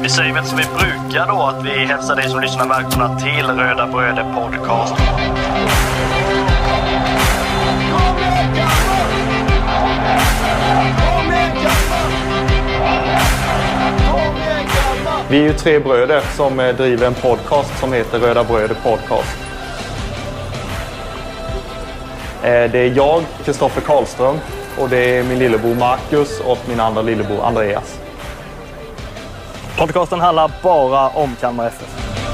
Vi säger väl som vi brukar då, att vi hälsar dig som lyssnar välkomna till Röda Bröder Podcast. Vi är ju 3 bröder som driver en podcast som heter Röda Bröder Podcast. Det är jag, Kristoffer Karlström, och det är min lillebror Marcus och min andra lillebror Andreas. Podcasten handlar bara om Kalmar FF.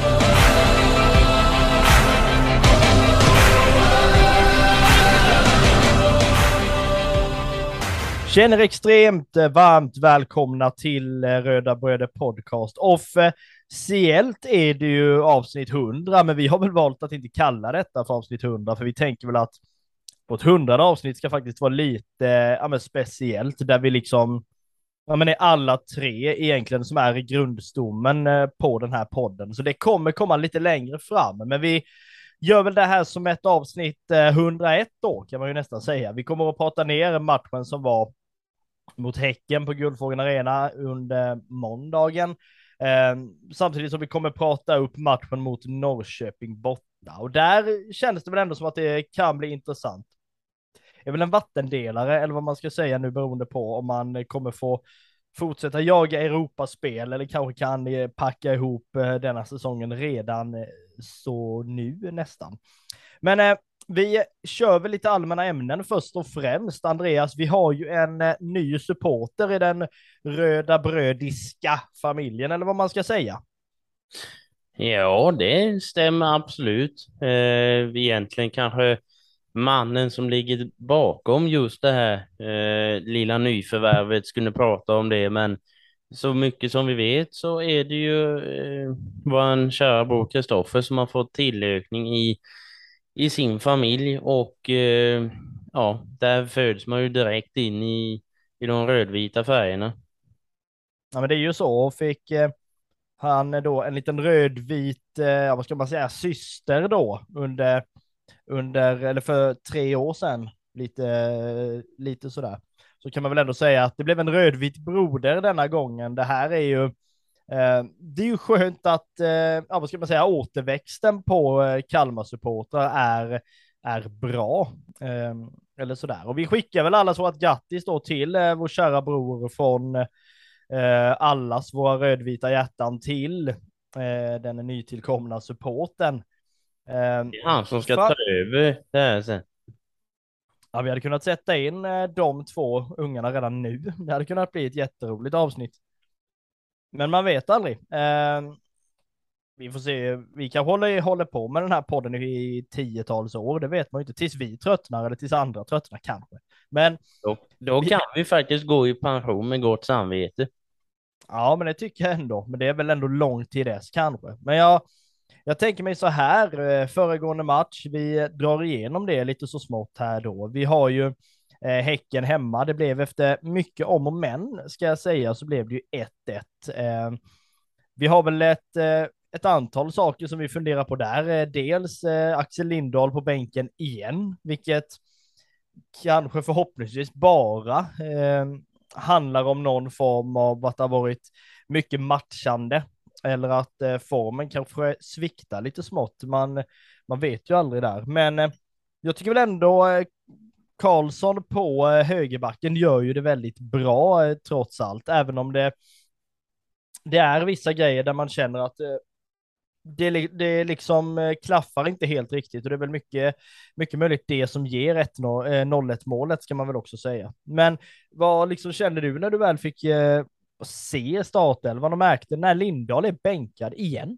Känner extremt varmt välkomna till Röda Bröder Podcast. Officiellt är det ju avsnitt 100, men vi har väl valt att inte kalla detta för avsnitt 100, för vi tänker väl att på ett 100:e avsnitt ska faktiskt vara lite speciellt, där vi liksom är alla 3 egentligen som är i grundstommen på den här podden. Så det kommer komma lite längre fram, men vi gör väl det här som ett avsnitt 101 då, kan man ju nästan säga. Vi kommer att prata ner matchen som var mot Häcken på Guldfågeln Arena under måndagen. Samtidigt som vi kommer prata upp matchen mot Norrköping borta. Och där kändes det väl ändå som att det kan bli intressant. Det är väl en vattendelare, eller vad man ska säga nu, beroende på om man kommer få fortsätta jaga Europaspel eller kanske kan packa ihop denna säsongen redan så nu nästan. Men vi kör väl lite allmänna ämnen först och främst. Andreas, vi har ju en ny supporter i den röda brödiska familjen, eller vad man ska säga. Ja, det stämmer absolut. Egentligen kanske mannen som ligger bakom just det här lilla nyförvärvet skulle prata om det, men så mycket som vi vet så är det ju vår kära bror Kristoffer som har fått tillökning i sin familj, och ja, där föds man ju direkt in i de rödvita färgerna. Ja, men det är ju så, och fick han då en liten rödvit, vad ska man säga, syster då under eller för 3 år sedan, lite sådär. Så kan man väl ändå säga att det blev en rödvit broder denna gången. Det här är ju det är ju skönt att vad ska man säga, återväxten på Kalmar-supportrar är bra, eller sådär. Och vi skickar väl alla så att grattis då till vår kära bror från allas våra rödvita hjärtan till den nytillkomna supporten. Det är han som ska ta över det här sen. Ja, vi hade kunnat sätta in de 2 ungarna redan nu. Det hade kunnat bli ett jätteroligt avsnitt. Men man vet aldrig. Vi får se. Vi kanske håller på med den här podden i 10-tals år. Det vet man ju inte. Tills vi tröttnar eller tills andra tröttnar kanske. Men då kan vi faktiskt gå i pension med gott samvete. Ja, men det tycker jag ändå. Men det är väl ändå långt till dess kanske. Men jag tänker mig så här, föregående match, vi drar igenom det lite så smått här då. Vi har ju Häcken hemma. Det blev efter mycket om och men, ska jag säga, så blev det ju 1-1. Vi har väl ett antal saker som vi funderar på där. Dels Axel Lindahl på bänken igen, vilket kanske förhoppningsvis bara handlar om någon form av att det har varit mycket matchande, eller att formen kanske sviktar lite smått. Man vet ju aldrig där. Men jag tycker väl ändå Karlsson på högerbacken gör ju det väldigt bra trots allt, även om det är vissa grejer där man känner att det liksom klaffar inte helt riktigt, och det är väl mycket möjligt det som ger 0-1 målet, ska man väl också säga. Men vad liksom kände du när du väl fick se startelvan och märkte när Lindahl är bänkad igen?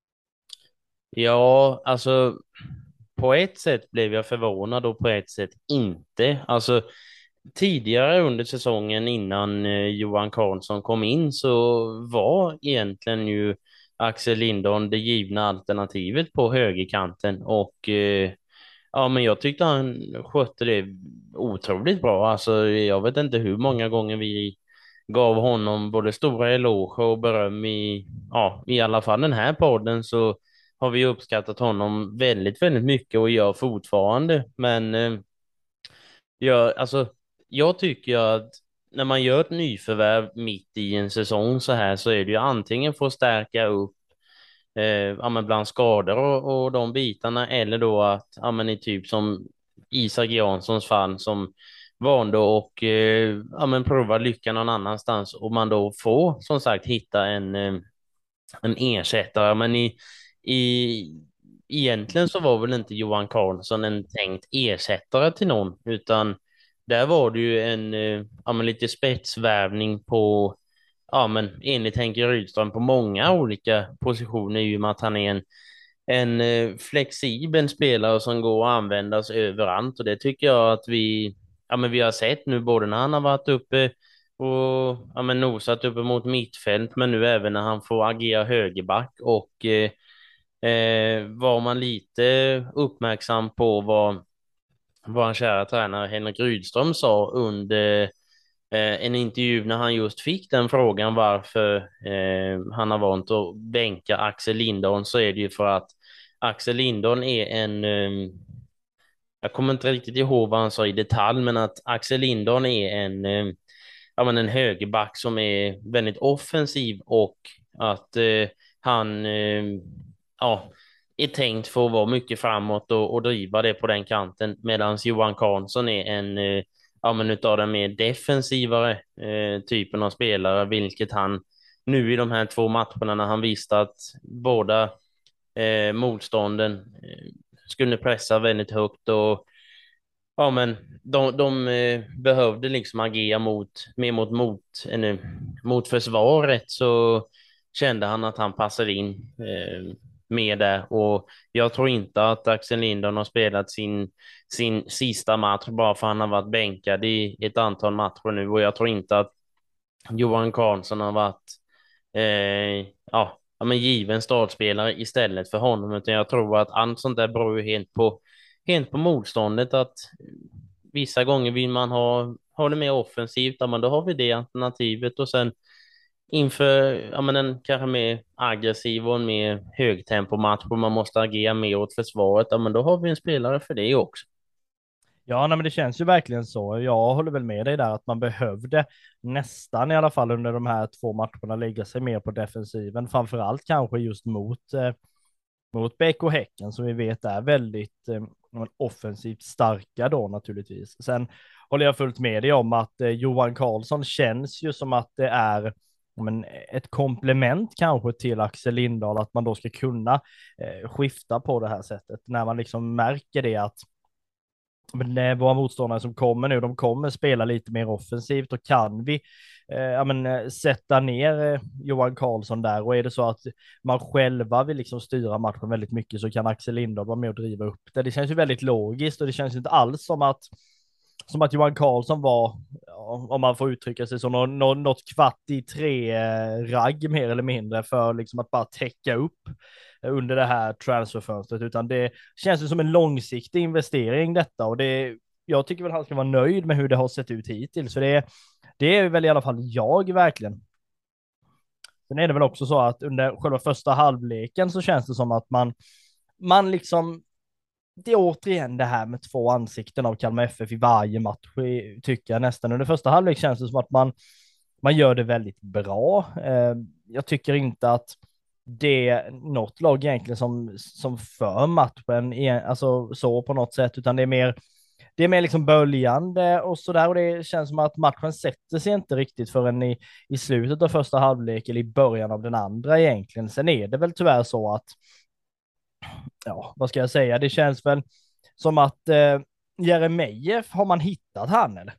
Ja, alltså på ett sätt blev jag förvånad och på ett sätt inte. Alltså tidigare under säsongen innan Johan Karlsson kom in så var egentligen ju Axel Lindahl det givna alternativet på högerkanten, och ja, men jag tyckte han skötte det otroligt bra. Alltså jag vet inte hur många gånger vi gav honom både stora eloge och beröm i alla fall den här podden, så har vi uppskattat honom väldigt, väldigt mycket och gör fortfarande. Men jag tycker att när man gör ett nyförvärv mitt i en säsong så här så är det ju antingen för att stärka upp ja, men bland skador och de bitarna eller då att ja, men i typ som Isak Janssons fall som valde och ja, men prova lyckan någon annanstans och man då får som sagt hitta en ersättare. Men i, egentligen så var väl inte Johan Karlsson en tänkt ersättare till någon, utan där var det ju en ja, men lite spetsvärvning på, ja men enligt Henke Rydström på många olika positioner i och med att han är en flexibel spelare som går att användas överallt och det tycker jag att ja, men vi har sett nu både när han har varit uppe och ja, men nosat uppe mot mittfält men nu även när han får agera högerback och var man lite uppmärksam på vad en kära tränare Henrik Rydström sa under en intervju när han just fick den frågan varför han har valt att bänka Axel Lindahl så är det ju för att Axel Lindahl är jag kommer inte riktigt ihåg vad han sa i detalj, men att Axel Lindahl är ja, men en högerback som är väldigt offensiv och att han ja, är tänkt för att vara mycket framåt och driva det på den kanten, medan Johan Karlsson är ja, men utav den mer defensivare typen av spelare, vilket han nu i de här två matcherna när han visste att båda motstånden skulle pressa väldigt högt och ja men de behövde liksom agera mer mot försvaret så kände han att han passade in mer där och jag tror inte att Axel Lindholm har spelat sin sista match bara för att han har varit bänkad i ett antal matcher nu och jag tror inte att Johan Karlsson har varit ja, men given startspelare istället för honom utan jag tror att allt sånt där beror ju helt på motståndet att vissa gånger vill man ha det mer offensivt, ja, men då har vi det alternativet och sen inför ja, men en kanske mer aggressiv och en mer högtempomatch och man måste agera mer åt försvaret, ja, men då har vi en spelare för det också. Ja, nej, men det känns ju verkligen så. Jag håller väl med dig där att man behövde nästan i alla fall under de här två matcherna lägga sig mer på defensiven, framförallt kanske just mot BK Häcken som vi vet är väldigt offensivt starka då naturligtvis. Sen håller jag fullt med dig om att Johan Karlsson känns ju som att det är men, ett komplement kanske till Axel Lindahl, att man då ska kunna skifta på det här sättet när man liksom märker det att men våra motståndare som kommer nu, de kommer spela lite mer offensivt och kan vi ja, men, sätta ner Johan Karlsson där och är det så att man själva vill liksom styra matchen väldigt mycket så kan Axel Lindahl vara med och driva upp det. Det känns ju väldigt logiskt och det känns ju inte alls som att Johan Karlsson var, om man får uttrycka sig så, något kvart i tre ragg mer eller mindre för liksom att bara täcka upp under det här transferfönstret, utan det känns ju som en långsiktig investering detta och jag tycker väl han ska vara nöjd med hur det har sett ut hittills, så det är väl i alla fall jag verkligen. Sen är det väl också så att under själva första halvleken så känns det som att man liksom, det är återigen det här med två ansikten av Kalmar FF i varje match, tycker jag nästan. Under första halvlek känns det som att man gör det väldigt bra. Jag tycker inte att det är något lag egentligen som för matchen, alltså så på något sätt, utan det är mer liksom böljande och sådär, och det känns som att matchen sätter sig inte riktigt förrän i slutet av första halvlek eller i början av den andra egentligen. Sen är det väl tyvärr så att, ja, vad ska jag säga, det känns väl som att Jeremejeff, har man hittat han eller?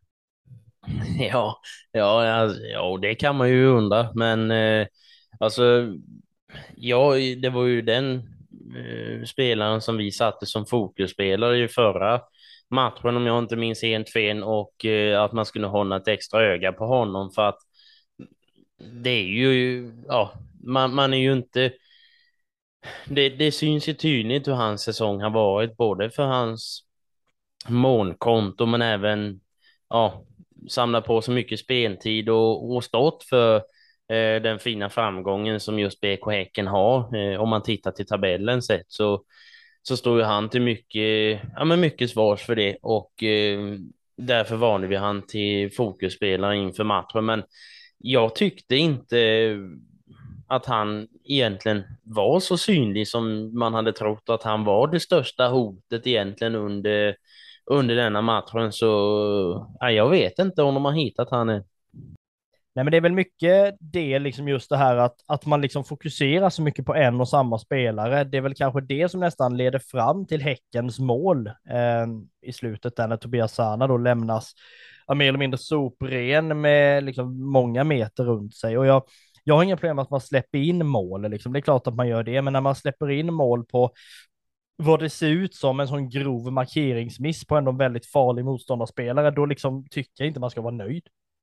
Ja, det kan man ju undra, men alltså, ja, det var ju den spelaren som vi satte som fokusspelare i förra matchen, om jag inte minns helt fel, och att man skulle hålla ett extra öga på honom för att det är ju, ja, man är ju inte, det syns ju tydligt hur hans säsong har varit, både för hans målkonto men även ja, samla på så mycket speltid och stått för den fina framgången som just BK Häcken har. Om man tittar till tabellen sett så står ju han till mycket, ja, men mycket svars för det och därför valde vi han till fokusspelare inför matchen. Men jag tyckte inte att han egentligen var så synlig som man hade trott, att han var det största hotet egentligen under denna matchen. Så ja, jag vet inte om de har hittat han än. Nej, men det är väl mycket det, liksom just det här att man liksom fokuserar så mycket på en och samma spelare. Det är väl kanske det som nästan leder fram till Häckens mål i slutet där när Tobias Sana då lämnas mer eller mindre sopren med liksom många meter runt sig. Och jag har inga problem med att man släpper in mål, liksom. Det är klart att man gör det, men när man släpper in mål på vad det ser ut som en sån grov markeringsmiss på en väldigt farlig motståndarspelare, då liksom tycker jag inte man ska vara nöjd.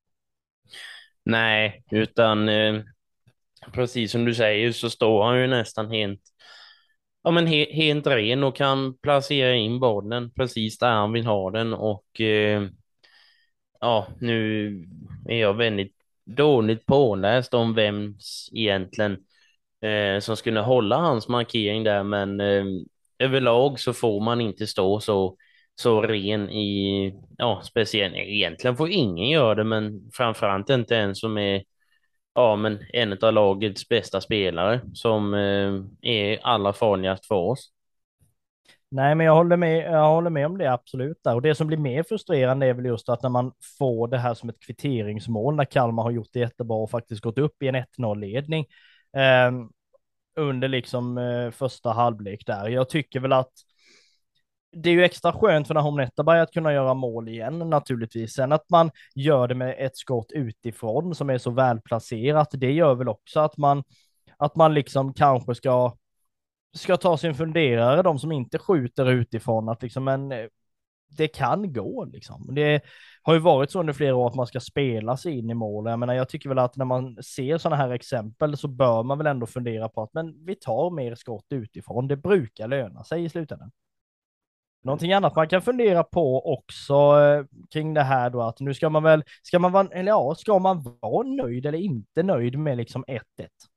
Nej, utan precis som du säger så står han ju nästan helt, ja, men helt ren och kan placera in bollen precis där han vill ha den. Och ja, nu är jag väldigt dåligt påläst om vem egentligen som skulle hålla hans markering där, men överlag så får man inte stå så ren i, ja, speciellt, egentligen får ingen göra det, men framförallt inte en som är, ja, men en av lagets bästa spelare som är allra farligast för oss. Nej, men jag håller med om det absolut där. Och det som blir mer frustrerande är väl just att när man får det här som ett kvitteringsmål, när Kalmar har gjort det jättebra och faktiskt gått upp i en 1-0-ledning under liksom första halvlek där. Jag tycker väl att det är ju extra skönt för Nahom Netabay att kunna göra mål igen naturligtvis. Sen att man gör det med ett skott utifrån som är så välplacerat, det gör väl också att man liksom kanske ska ta sin funderare, de som inte skjuter utifrån, att liksom, men det kan gå liksom. Det har ju varit så under flera år att man ska spela sig in i mål. Jag menar, jag tycker väl att när man ser sådana här exempel så bör man väl ändå fundera på att men vi tar mer skott utifrån. Det brukar löna sig i slutändan. Någonting annat man kan fundera på också kring det här då, att nu ska man vara nöjd eller inte nöjd med liksom 1-1?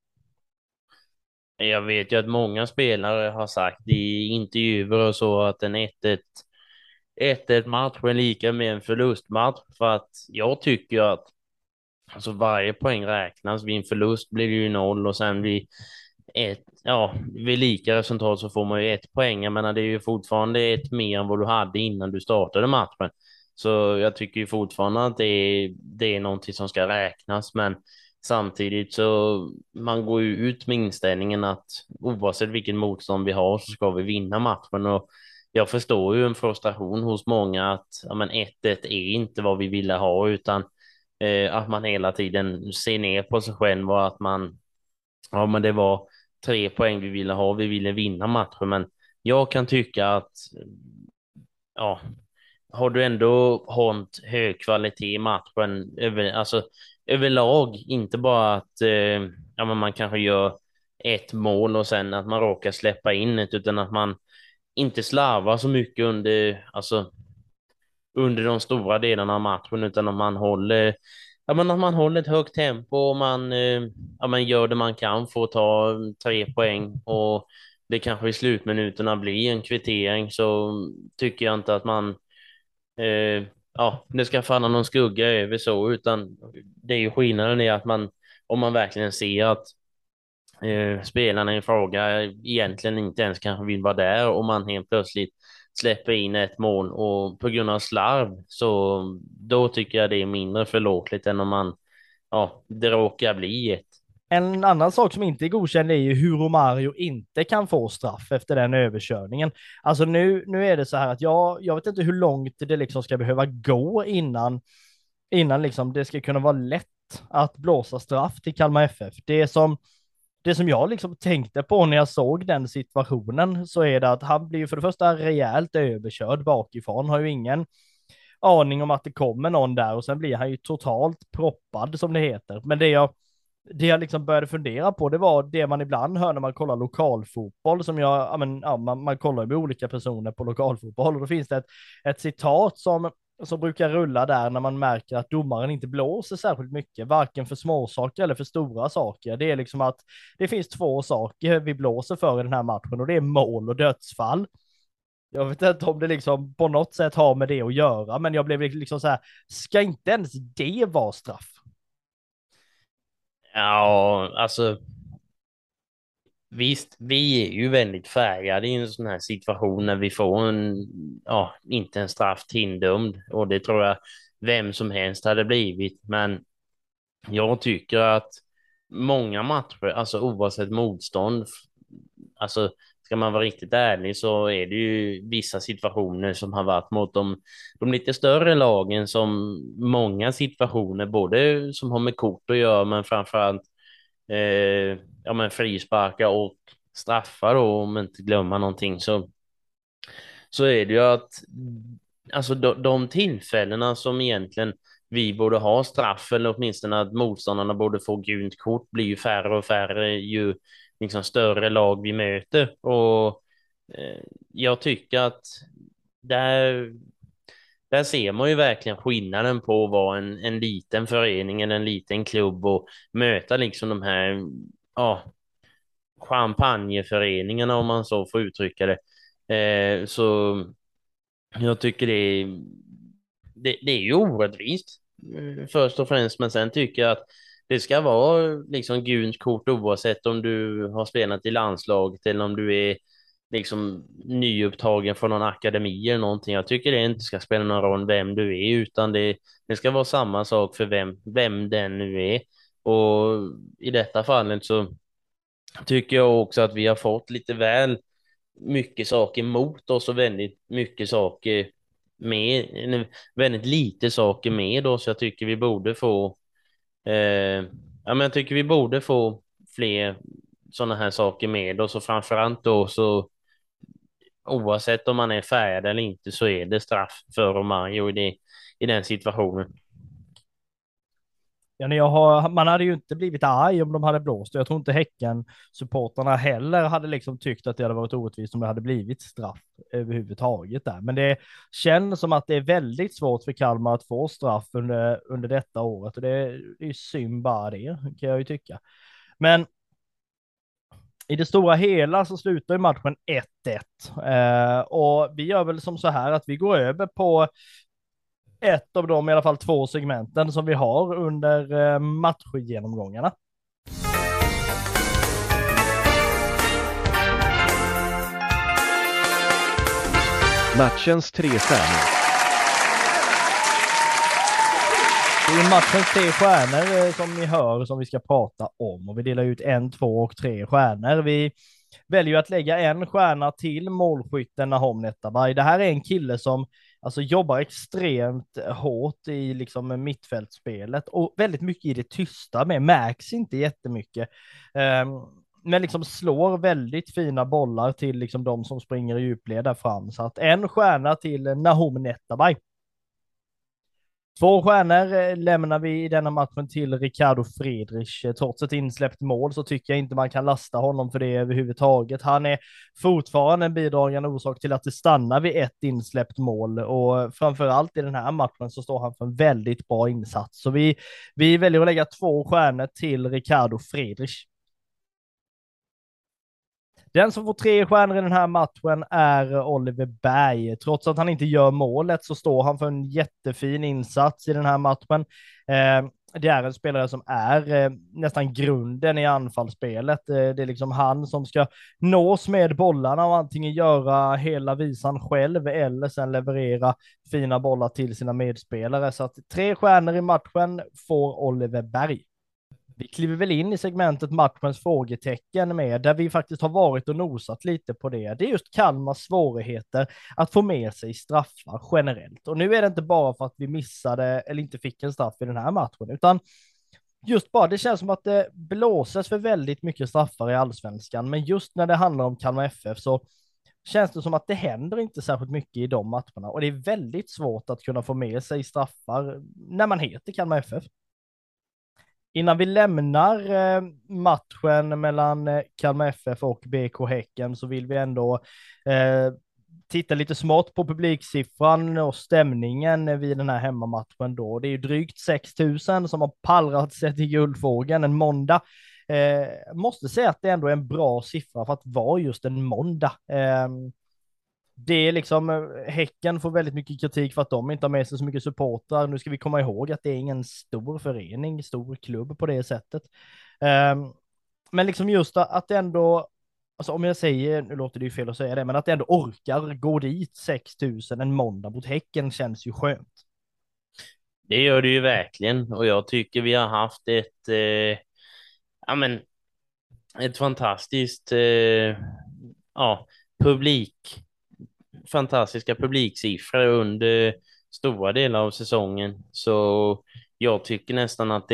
Jag vet ju att många spelare har sagt i intervjuer och så att en 1-1 match är lika med en förlustmatch, för att jag tycker att alltså varje poäng räknas. Vid en förlust blir det ju 0 och sen vid lika resultat så får man ju 1 poäng. Jag menar, det är ju fortfarande ett mer än vad du hade innan du startade matchen. Så jag tycker ju fortfarande att det är någonting som ska räknas, men samtidigt så man går ju ut med inställningen att oavsett vilken motstånd vi har så ska vi vinna matchen. Och jag förstår ju en frustration hos många att ja, men 1-1 är inte vad vi ville ha, utan att man hela tiden ser ner på sig själv och att ja, men det var 3 poäng vi ville ha, vi ville vinna matchen. Men jag kan tycka att ja, har du ändå hållit hög kvalitet i matchen alltså överlag, inte bara att ja, men man kanske gör ett mål och sen att man råkar släppa in ett, utan att man inte slarvar så mycket under de stora delarna av matchen, utan att man håller, ja, men att man håller ett högt tempo och man gör det man kan för att ta 3 poäng, och det kanske i slutminuterna blir en kvittering, så tycker jag inte att det ska falla någon skugga över så, utan det är ju skillnaden i att om man verkligen ser att spelarna i fråga egentligen inte ens kanske vill vara där, och man helt plötsligt släpper in ett mål och på grund av slarv, så då tycker jag det är mindre förlåtligt än om det råkar bli ett. En annan sak som inte är godkänd är ju hur Romario inte kan få straff efter den överkörningen. Alltså nu är det så här att jag vet inte hur långt det liksom ska behöva gå innan liksom det ska kunna vara lätt att blåsa straff till Kalmar FF. Det som jag liksom tänkte på när jag såg den situationen, så är det att han blir ju för det första rejält överkörd bakifrån, har ju ingen aning om att det kommer någon där, och sen blir han ju totalt proppad som det heter. Men det jag liksom började fundera på, det var det man ibland hör när man kollar lokalfotboll, som man kollar med olika personer på lokalfotboll, och då finns det ett citat som brukar rulla där när man märker att domaren inte blåser särskilt mycket, varken för småsaker eller för stora saker. Det är liksom att det finns 2 saker vi blåser för i den här matchen, och det är mål och dödsfall. Jag vet inte om det liksom på något sätt har med det att göra, men jag blev liksom så här, ska inte ens det vara straff? Ja, alltså visst, vi är ju väldigt färgade i en sån här situation när vi får inte en straff tilldömd, och det tror jag vem som helst hade blivit. Men jag tycker att många matcher, alltså oavsett motstånd, alltså ska man vara riktigt ärlig så är det ju vissa situationer som har varit mot de lite större lagen, som många situationer, både som har med kort att göra, men framförallt frisparkar och straffar då, om inte glömma någonting, så är det ju att alltså de tillfällena som egentligen vi borde ha straff, eller åtminstone att motståndarna borde få gult kort, blir ju färre och färre ju liksom större lag vi möter. Och jag tycker att där, där ser man ju verkligen skillnaden på att vara en liten förening eller en liten klubb och möta liksom de här champagneföreningarna, om man så får uttrycka det. Så jag tycker det är ju orättvist först och främst, men sen tycker jag att det ska vara liksom gult kort oavsett om du har spelat i landslaget eller om du är liksom nyupptagen från någon akademi eller någonting. Jag tycker det inte ska spela någon roll vem du är, utan det ska vara samma sak för vem den nu är. Och i detta fallet så tycker jag också att vi har fått lite väl mycket saker mot oss och väldigt mycket saker väldigt lite saker med oss. Jag tycker vi borde få jag tycker vi borde få fler sådana här saker med oss, och framförallt då så oavsett om man är färgad eller inte så är det straff för Romario i den situationen. Ja, man hade ju inte blivit arg om de hade blåst. Jag tror inte Häcken-supporterna heller hade liksom tyckt att det hade varit orättvist om det hade blivit straff överhuvudtaget där. Men det känns som att det är väldigt svårt för Kalmar att få straff under detta året, och det är synd bara det, kan jag ju tycka. Men i det stora hela så slutar ju matchen 1-1. Och vi gör väl som så här att vi går över på ett av de i alla fall 2 segmenten som vi har under matchgenomgångarna. Matchens 3 stjärnor. Det är matchens 3 stjärnor som ni hör som vi ska prata om, och vi delar ut 1, 2 och 3 stjärnor. Vi väljer att lägga en stjärna till målskytten Nahom Netabay. Det här är en kille som alltså jobbar extremt hårt i liksom mittfältspelet och väldigt mycket i det tysta med, märks inte jättemycket. Men liksom slår väldigt fina bollar till liksom de som springer i djupled där fram. Så att en stjärna till Nahom Netabay. 2 stjärnor lämnar vi i denna matchen till Ricardo Friedrich. Trots ett insläppt mål så tycker jag inte man kan lasta honom för det överhuvudtaget. Han är fortfarande en bidragande orsak till att det stannar vid ett insläppt mål, och framförallt i den här matchen så står han för en väldigt bra insats. Så vi väljer att lägga 2 stjärnor till Ricardo Friedrich. Den som får 3 stjärnor i den här matchen är Oliver Berg. Trots att han inte gör målet så står han för en jättefin insats i den här matchen. Det är en spelare som är nästan grunden i anfallsspelet. Det är liksom han som ska nås med bollarna och antingen göra hela visan själv eller sen leverera fina bollar till sina medspelare. Så att 3 stjärnor i matchen får Oliver Berg. Vi kliver väl in i segmentet matchens frågetecken med, där vi faktiskt har varit och nosat lite på det. Det är just Kalmars svårigheter att få med sig straffar generellt. Och nu är det inte bara för att vi missade eller inte fick en straff i den här matchen, utan just bara det känns som att det blåses för väldigt mycket straffar i allsvenskan. Men just när det handlar om Kalmar FF så känns det som att det händer inte särskilt mycket i de matcherna. Och det är väldigt svårt att kunna få med sig straffar när man heter Kalmar FF. Innan vi lämnar matchen mellan Kalmar FF och BK Häcken så vill vi ändå titta lite smått på publiksiffran och stämningen vid den här hemmamatchen då. Det är ju drygt 6 000 som har pallrat sig till Guldfågeln en måndag. Måste säga att det ändå är en bra siffra för att vara just en måndag. Det är liksom, Häcken får väldigt mycket kritik för att de inte har med sig så mycket supportrar. Nu ska vi komma ihåg att det är ingen stor förening, stor klubb på det sättet. Men liksom just att det ändå, alltså om jag säger, nu låter det ju fel att säga det, men att det ändå orkar gå dit 6 000 en måndag mot Häcken känns ju skönt. Det gör det ju verkligen, och jag tycker vi har haft ja men ett fantastiskt publik fantastiska publiksiffror under stora delar av säsongen. Så jag tycker nästan att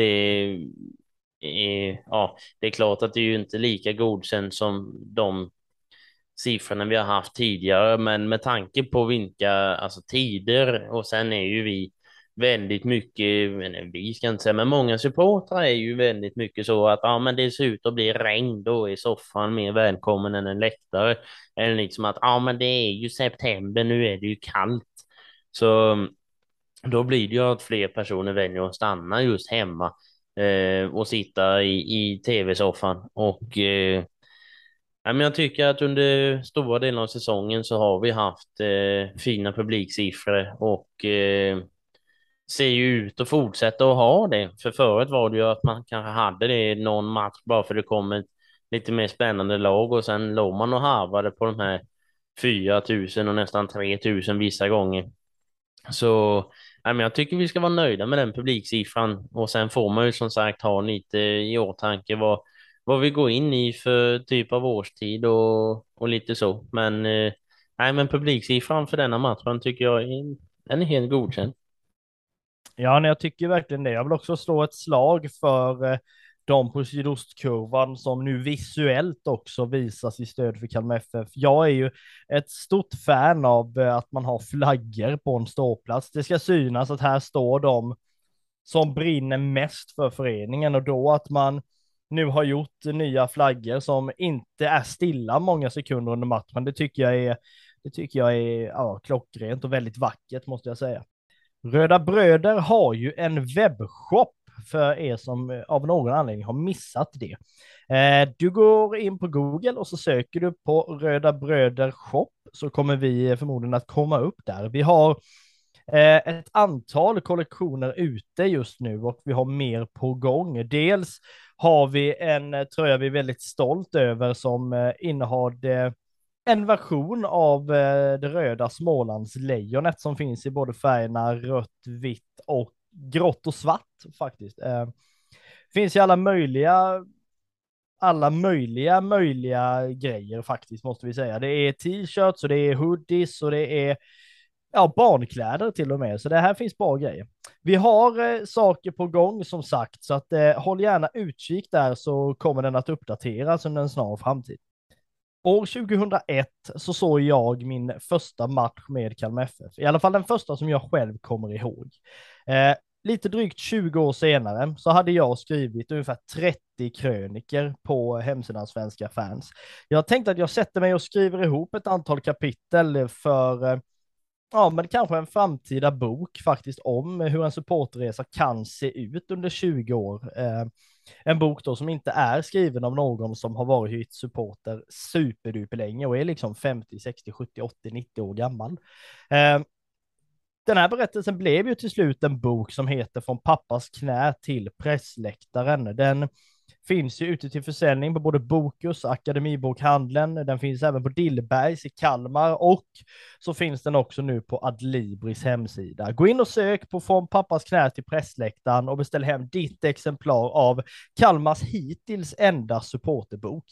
det är klart att det är ju inte lika godkänt som de siffrorna vi har haft tidigare, men med tanke på vilka alltså tider, och sen är ju vi väldigt mycket, men vi ska inte säga, men många supportrar är ju väldigt mycket så att men det ser ut att bli regn, då är soffan mer välkommen än en läktare. Eller liksom att men det är ju september, nu är det ju kallt. Så då blir det ju att fler personer väljer att stanna just hemma och sitta i tv-soffan. Och men jag tycker att under stora delar av säsongen så har vi haft fina publiksiffror, och ser ju ut att fortsätta att ha det. För förut var det ju att man kanske hade det någon match bara för det kom ett lite mer spännande lag, och sen låg man och harvade på de här 4 000 och nästan 3 000 vissa gånger. Så men jag tycker vi ska vara nöjda med den publiksiffran, och sen får man ju som sagt ha lite i åtanke vad vi går in i för typ av årstid och lite så. Men men publiksiffran för denna matchen tycker jag den är helt godkänd. Ja, nej, jag tycker verkligen det. Jag vill också slå ett slag för de på sydostkurvan som nu visuellt också visas i stöd för Kalmar FF. Jag är ju ett stort fan av att man har flaggor på en ståplats. Det ska synas att här står de som brinner mest för föreningen, och då att man nu har gjort nya flaggor som inte är stilla många sekunder under matchen. Det tycker jag är klockrent och väldigt vackert, måste jag säga. Röda Bröder har ju en webbshop för er som av någon anledning har missat det. Du går in på Google och så söker du på Röda Bröder shop, så kommer vi förmodligen att komma upp där. Vi har ett antal kollektioner ute just nu och vi har mer på gång. Dels har vi en tröja vi är väldigt stolt över som innehar en version av det röda Smålandslejonet som finns i både färgerna rött, vitt och grått och svart faktiskt. Finns i alla möjliga grejer faktiskt, måste vi säga. Det är t-shirts och det är hoodies och det är barnkläder till och med. Så det här finns bra grejer. Vi har saker på gång som sagt, så att håll gärna utkik där, så kommer den att uppdateras under en snar framtid. År 2001 så såg jag min första match med Kalmar FF. I alla fall den första som jag själv kommer ihåg. Lite drygt 20 år senare så hade jag skrivit ungefär 30 kröniker på hemsidan Svenska fans. Jag tänkte att jag sätter mig och skriver ihop ett antal kapitel för men kanske en framtida bok faktiskt om hur en supporterresa kan se ut under 20 år. En bok då som inte är skriven av någon som har varit supporter superduper länge och är liksom 50, 60, 70, 80, 90 år gammal. Den här berättelsen blev ju till slut en bok som heter Från pappas knä till pressläktaren. Den finns ju ute till försäljning på både Bokus, Akademibokhandeln. Den finns även på Dillbergs i Kalmar, och så finns den också nu på Adlibris hemsida. Gå in och sök på Från pappas knä till pressläktaren och beställ hem ditt exemplar av Kalmars hittills enda supporterbok.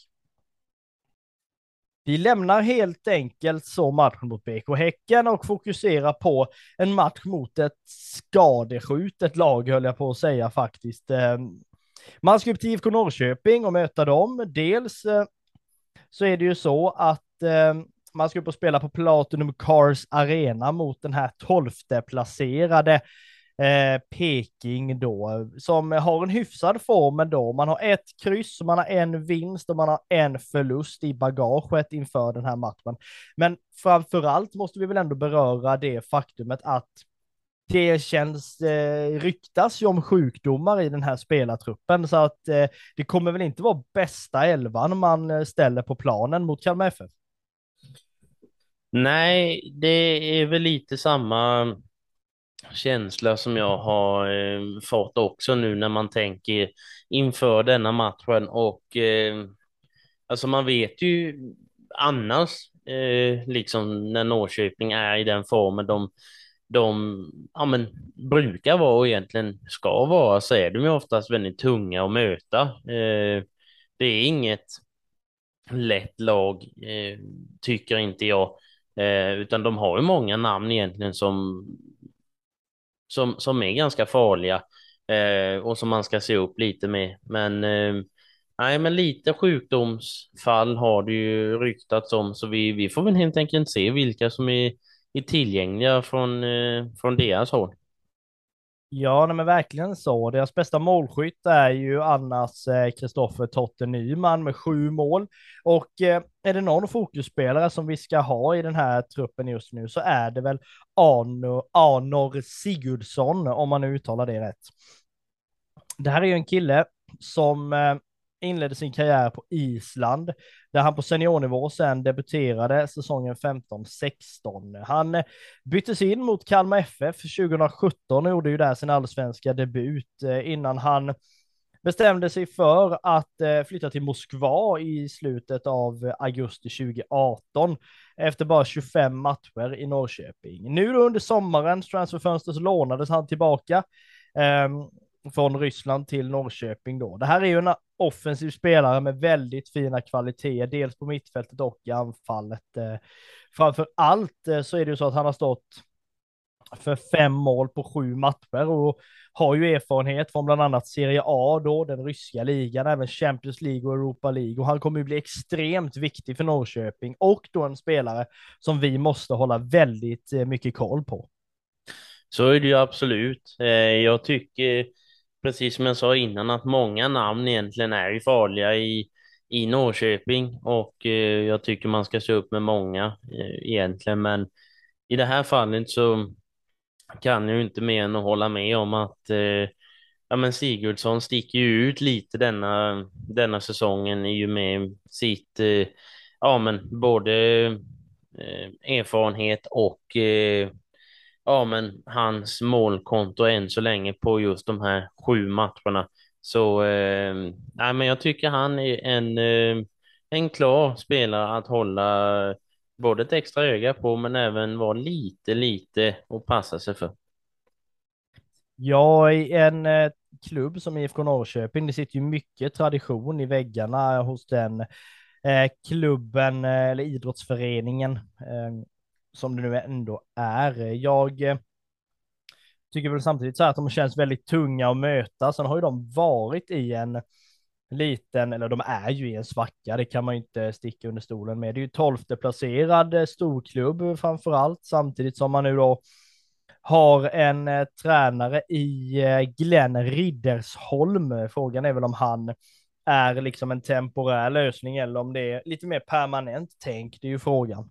Vi lämnar helt enkelt så matchen mot BK Häcken och fokuserar på en match mot ett skadeskjutet lag, höll jag på att säga faktiskt. Man ska upp till IFK Norrköping och möta dem. Dels så är det ju så att man ska upp och spela på Platinum Cars Arena mot den här 12:e placerade Peking då, som har en hyfsad form ändå. Man har ett kryss, man har en vinst och man har en förlust i bagaget inför den här matchen. Men framförallt måste vi väl ändå beröra det faktumet att det ryktas ju om sjukdomar i den här spelartruppen, så att det kommer väl inte vara bästa elvan man ställer på planen mot Kalmar FF. Nej, det är väl lite samma känsla som jag har fått också nu när man tänker inför denna matchen och alltså man vet ju annars liksom när Norrköping är i den formen de ja, men, brukar vara och egentligen ska vara, så är de ju oftast väldigt tunga att möta. Det är inget lätt lag, tycker inte jag. Utan de har ju många namn egentligen som är ganska farliga och som man ska se upp lite med. Men nej, men lite sjukdomsfall har det ju ryktats om, så vi får väl helt enkelt se vilka som är tillgängliga från deras håll. Ja, nej, men verkligen så. Deras bästa målskytt är ju annars Kristoffer Totte Nyman med 7 mål. Och är det någon fokusspelare som vi ska ha i den här truppen just nu så är det väl Arnor Sigurdsson, om man nu uttalar det rätt. Det här är ju en kille som inledde sin karriär på Island, där han på seniornivå sen debuterade säsongen 15-16. Han byttes in mot Kalmar FF 2017 och gjorde ju där sin allsvenska debut innan han bestämde sig för att flytta till Moskva i slutet av augusti 2018 efter bara 25 matcher i Norrköping. Nu då under sommarens transferfönster så lånades han tillbaka från Ryssland till Norrköping då. Det här är ju en offensiv spelare med väldigt fina kvaliteter, dels på mittfältet och i anfallet. Framför allt så är det ju så att han har stått för 5 mål på 7 matcher och har ju erfarenhet från bland annat Serie A då, den ryska ligan, även Champions League och Europa League, och han kommer ju bli extremt viktig för Norrköping och då en spelare som vi måste hålla väldigt mycket koll på. Så är det ju absolut. Jag tycker, precis som jag sa innan, att många namn egentligen är ju farliga i Norrköping och jag tycker man ska se upp med många egentligen. Men i det här fallet så kan jag ju inte mer än att hålla med om att ja, men Sigurdsson sticker ju ut lite denna säsongen i och med sitt ja, men både erfarenhet och ja, men hans målkonto än så länge på just de här 7 matcherna. Så nej, men jag tycker han är en klar spelare att hålla både ett extra öga på, men även vara lite och passa sig för. Ja, i en klubb som IFK Norrköping, det sitter ju mycket tradition i väggarna hos den klubben eller idrottsföreningen som det nu ändå är. Jag tycker väl samtidigt så här att de känns väldigt tunga att möta. Sen har ju de varit i en liten, eller de är ju i en svacka, det kan man ju inte sticka under stolen med. Det är ju 12:e placerad storklubb framför allt, samtidigt som man nu då har en tränare i Glenn Riddersholm. Frågan är väl om han är liksom en temporär lösning eller om det är lite mer permanent tänk, det är ju frågan.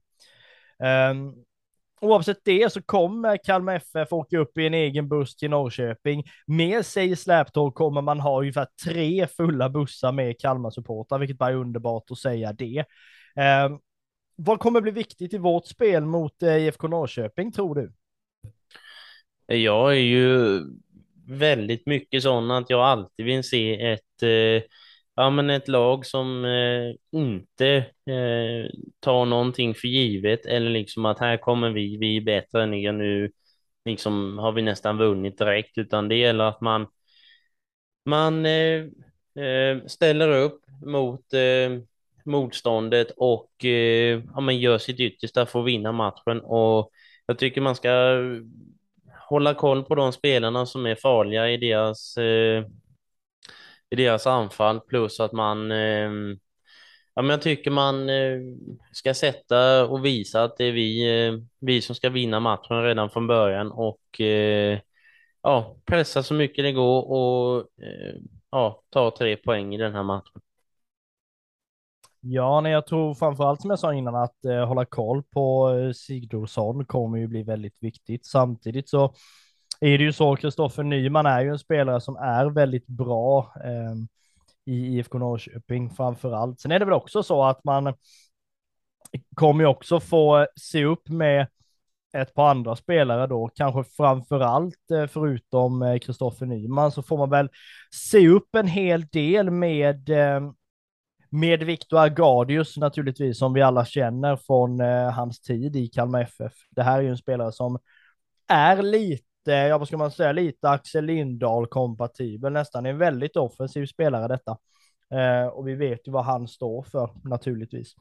Oavsett det så kommer Kalmar FF åka upp i en egen buss till Norrköping. Med sig i släptåg kommer man ha ungefär 3 fulla bussar med Kalmar-supportrar, vilket bara är underbart att säga det. Vad kommer bli viktigt i vårt spel mot IFK Norrköping, tror du? Jag är ju väldigt mycket sån att jag alltid vill se ja, men ett lag som inte tar någonting för givet eller liksom att här kommer vi är bättre än er nu, liksom har vi nästan vunnit direkt, utan det gäller att man ställer upp mot motståndet och ja, men gör sitt yttersta för att vinna matchen. Och jag tycker man ska hålla koll på de spelarna som är farliga i deras anfall, plus att ja, men jag tycker man ska sätta och visa att det är vi som ska vinna matchen redan från början och ja, pressa så mycket det går och ja, ta 3 poäng i den här matchen. Ja, nej, jag tror framförallt som jag sa innan att hålla koll på Sigurdsson kommer ju bli väldigt viktigt. Samtidigt så är det ju så, Kristoffer Nyman är ju en spelare som är väldigt bra i IFK Norrköping framförallt. Sen är det väl också så att man kommer ju också få se upp med ett par andra spelare då, kanske framförallt förutom Kristoffer Nyman, så får man väl se upp en hel del med Victor Agadius naturligtvis, som vi alla känner från hans tid i Kalmar FF. Det här är ju en spelare som är lite, ja vad ska man säga, lite Axel Lindahl kompatibel, nästan en väldigt offensiv spelare detta. Och vi vet ju vad han står för naturligtvis.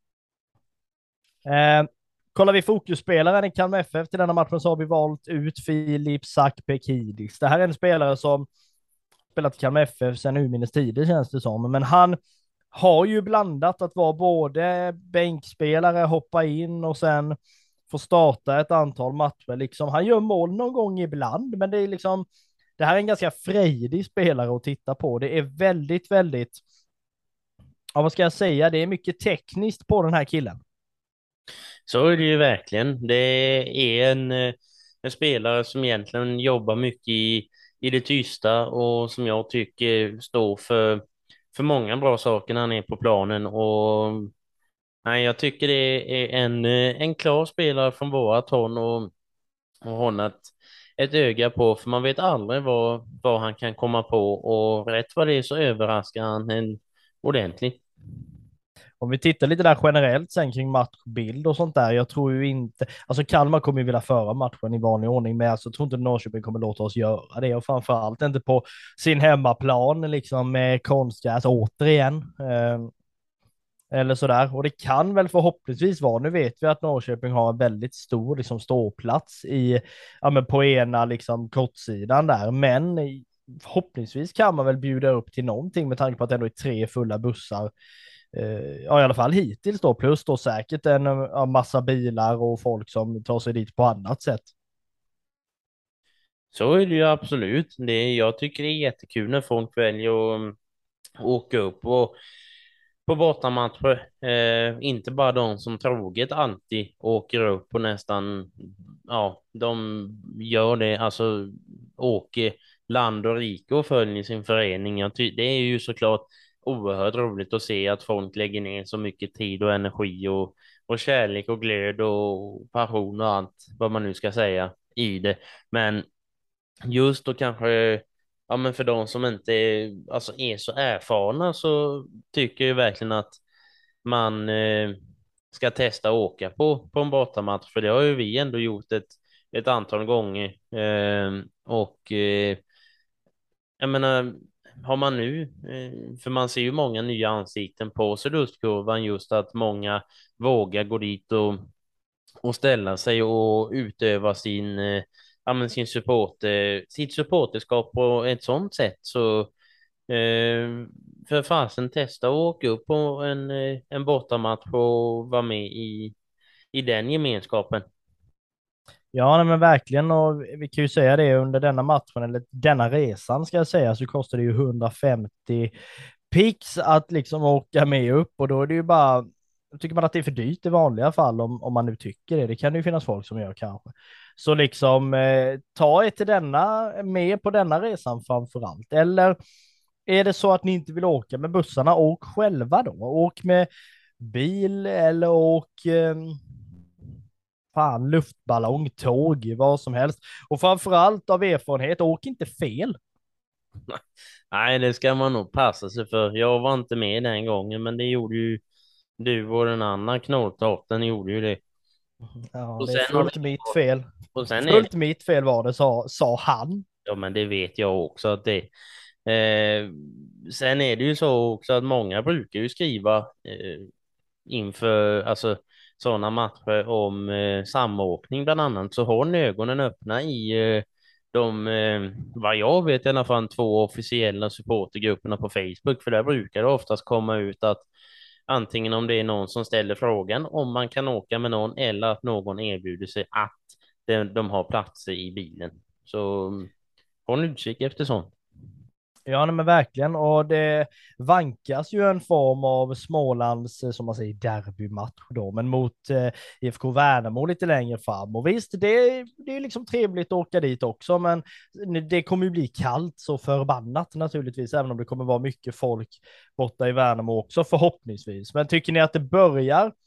Kollar vi fokusspelaren i Kalmar FF till denna matchen så har vi valt ut Filip Sakpekidis. Det här är en spelare som spelat i Kalmar FF sedan urminnes tider känns det som, men han har ju blandat att vara både bänkspelare, hoppa in och sen få starta ett antal matcher. Liksom, han gör mål någon gång ibland, men det är liksom, det här är en ganska frejdig spelare att titta på. Det är väldigt, väldigt, ja vad ska jag säga, det är mycket tekniskt på den här killen. Så är det ju verkligen. Det är en spelare som egentligen jobbar mycket i det tysta och som jag tycker står för många bra saker när han är på planen. Och nej, jag tycker det är en klar spelare från vårat håll och hålla ett öga på, för man vet aldrig vad han kan komma på, och rätt vad det är så överraskar han en ordentligt. Om vi tittar lite där generellt sen kring matchbild och sånt där, jag tror ju inte, alltså Kalmar kommer ju vilja föra matchen i vanlig ordning, men alltså, jag tror inte Norrköping kommer låta oss göra det, och framförallt inte på sin hemmaplan liksom med konstgräs återigen. Eller sådär, och det kan väl förhoppningsvis vara, nu vet vi att Norrköping har en väldigt stor liksom ståplats i, ja men på ena liksom kortsidan där, men förhoppningsvis kan man väl bjuda upp till någonting med tanke på att det ändå är 3 fulla bussar. Ja, i alla fall hittills då, plus då säkert en massa bilar och folk som tar sig dit på annat sätt. Så är det ju absolut. Jag tycker det är jättekul när folk väljer att åka upp och på bortamatcher. Inte bara de som troget alltid åker upp och nästan, ja, de gör det, alltså åker land och rike och följer sin förening. Det är ju såklart oerhört roligt att se att folk lägger ner så mycket tid och energi och kärlek och glöd och passion och allt vad man nu ska säga i det. Men just då kanske, ja men för de som inte alltså är så erfarna, så tycker jag verkligen att man ska testa att åka på en bortamatch, för det har ju vi ändå gjort ett antal gånger. Jag menar, har man nu, för man ser ju många nya ansikten på Sydostkurvan, just att många vågar gå dit och ställa sig och utöva ja, men sitt supporterskap på ett sånt sätt, så för fasen testa att åka upp på en bortamatch och vara med i den gemenskapen. Ja, nej, men verkligen, och vi kan ju säga det, under denna matchen, eller denna resan ska jag säga, så kostar det ju 150 pix att liksom åka med upp, och då är det ju bara, tycker man att det är för dyrt i vanliga fall, om man nu tycker det kan det ju finnas folk som gör kanske. Så liksom ta er till med på denna resan framförallt, eller är det så att ni inte vill åka med bussarna, åk själva då, åk med bil eller åk fan, luftballong, tåg, vad som helst. Och framförallt av erfarenhet, åk inte fel. Nej, det ska man nog passa sig för. Jag var inte med den gången, men det gjorde ju du och den andra knolltotten gjorde ju det. Ja, Och det är sen har fullt mitt fel. och sen är det, Fullt mitt fel var det, sa han. ja men det vet jag också att det sen är det ju så också att många brukar ju skriva inför alltså sådana matcher om samåkning bland annat, så har ni ögonen öppna i vad jag vet i alla fall, 2 officiella supportergrupperna på Facebook, för där brukar det oftast komma ut att antingen om det är någon som ställer frågan om man kan åka med någon, eller att någon erbjuder sig att de har platser i bilen. Så håll utkik efter sånt. Ja, nej, men verkligen. Och det vankas ju en form av Smålands, som man säger, derbymatch då, men mot IFK Värnamo lite längre fram. Och visst, det är liksom trevligt att åka dit också, men det kommer ju bli kallt så förbannat naturligtvis, även om det kommer vara mycket folk borta i Värnamo också förhoppningsvis. Men tycker ni att det börjar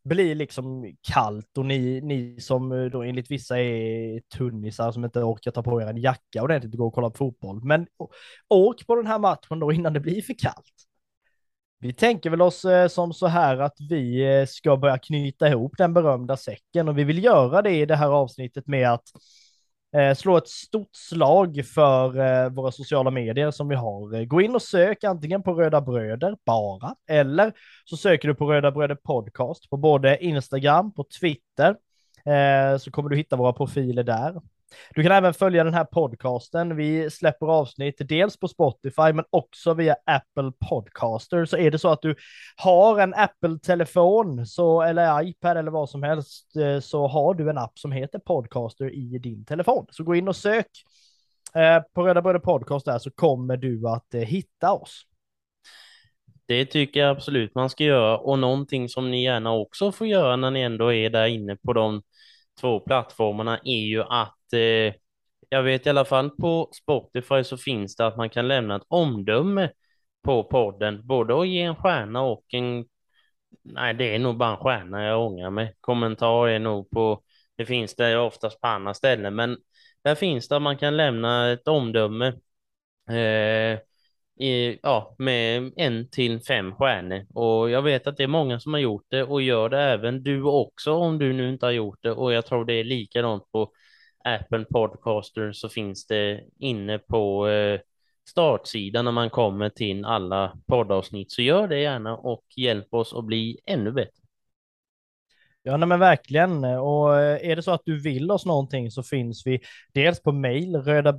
blir liksom kallt och ni som då enligt vissa är tunnisar som inte orkar ta på er en jacka ordentligt och gå och kolla på fotboll. Men åk på den här matchen då innan det blir för kallt. Vi tänker väl oss som så här att vi ska börja knyta ihop den berömda säcken och vi vill göra det i det här avsnittet med att slå ett stort slag för våra sociala medier som vi har. Gå in och sök antingen på Röda Bröder bara, eller så söker du på Röda Bröder Podcast på både Instagram, på Twitter, så kommer du hitta våra profiler där. Du kan även följa den här podcasten. Vi släpper avsnitt dels på Spotify men också via Apple Podcaster. Så är det så att du har en Apple-telefon eller iPad eller vad som helst, så har du en app som heter Podcaster i din telefon. Så gå in och sök på Röda Bröder Podcast där, så kommer du att hitta oss. Det tycker jag absolut man ska göra, och någonting som ni gärna också får göra när ni ändå är där inne på de 2 plattformarna är ju att jag vet i alla fall på Spotify så finns det att man kan lämna ett omdöme på podden, både att ge en stjärna och nej, det är nog bara en stjärna jag ångrar mig. Kommentar är nog det finns det oftast på andra ställen, men där finns det att man kan lämna ett omdöme med 1 till 5 stjärnor, och jag vet att det är många som har gjort det och gör det även du också om du nu inte har gjort det, och jag tror det är likadant på Apple Podcaster, så finns det inne på startsidan när man kommer till alla poddavsnitt, så gör det gärna och hjälp oss att bli ännu bättre. Ja, nej, men verkligen. Och är det så att du vill oss någonting så finns vi dels på mail,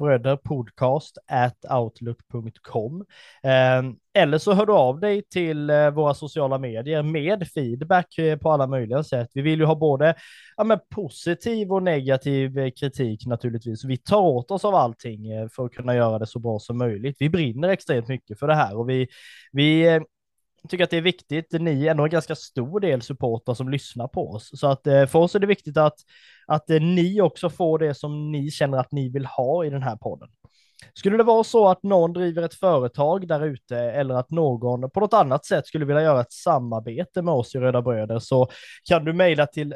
rödabröderpodcast@outlook.com. Eller så hör du av dig till våra sociala medier med feedback på alla möjliga sätt. Vi vill ju ha både positiv och negativ kritik naturligtvis. Vi tar åt oss av allting för att kunna göra det så bra som möjligt. Vi brinner extremt mycket för det här och vi tycker att det är viktigt. Ni är ändå en ganska stor del supportrar som lyssnar på oss. Så att för oss är det viktigt att ni också får det som ni känner att ni vill ha i den här podden. Skulle det vara så att någon driver ett företag där ute eller att någon på något annat sätt skulle vilja göra ett samarbete med oss i Röda Bröder, så kan du mejla till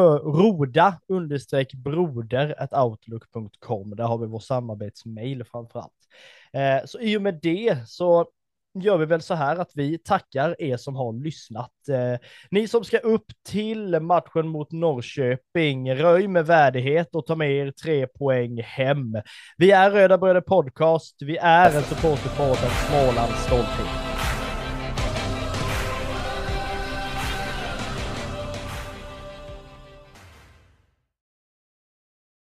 roda-broder@outlook.com. Där har vi vår samarbetsmail framförallt. Så i och med det så gör vi väl så här att vi tackar er som har lyssnat. Ni som ska upp till matchen mot Norrköping, röj med värdighet och ta med er 3 poäng hem. Vi är Röda Bröder Podcast, vi är en supporterpodd av Smålands stolthet.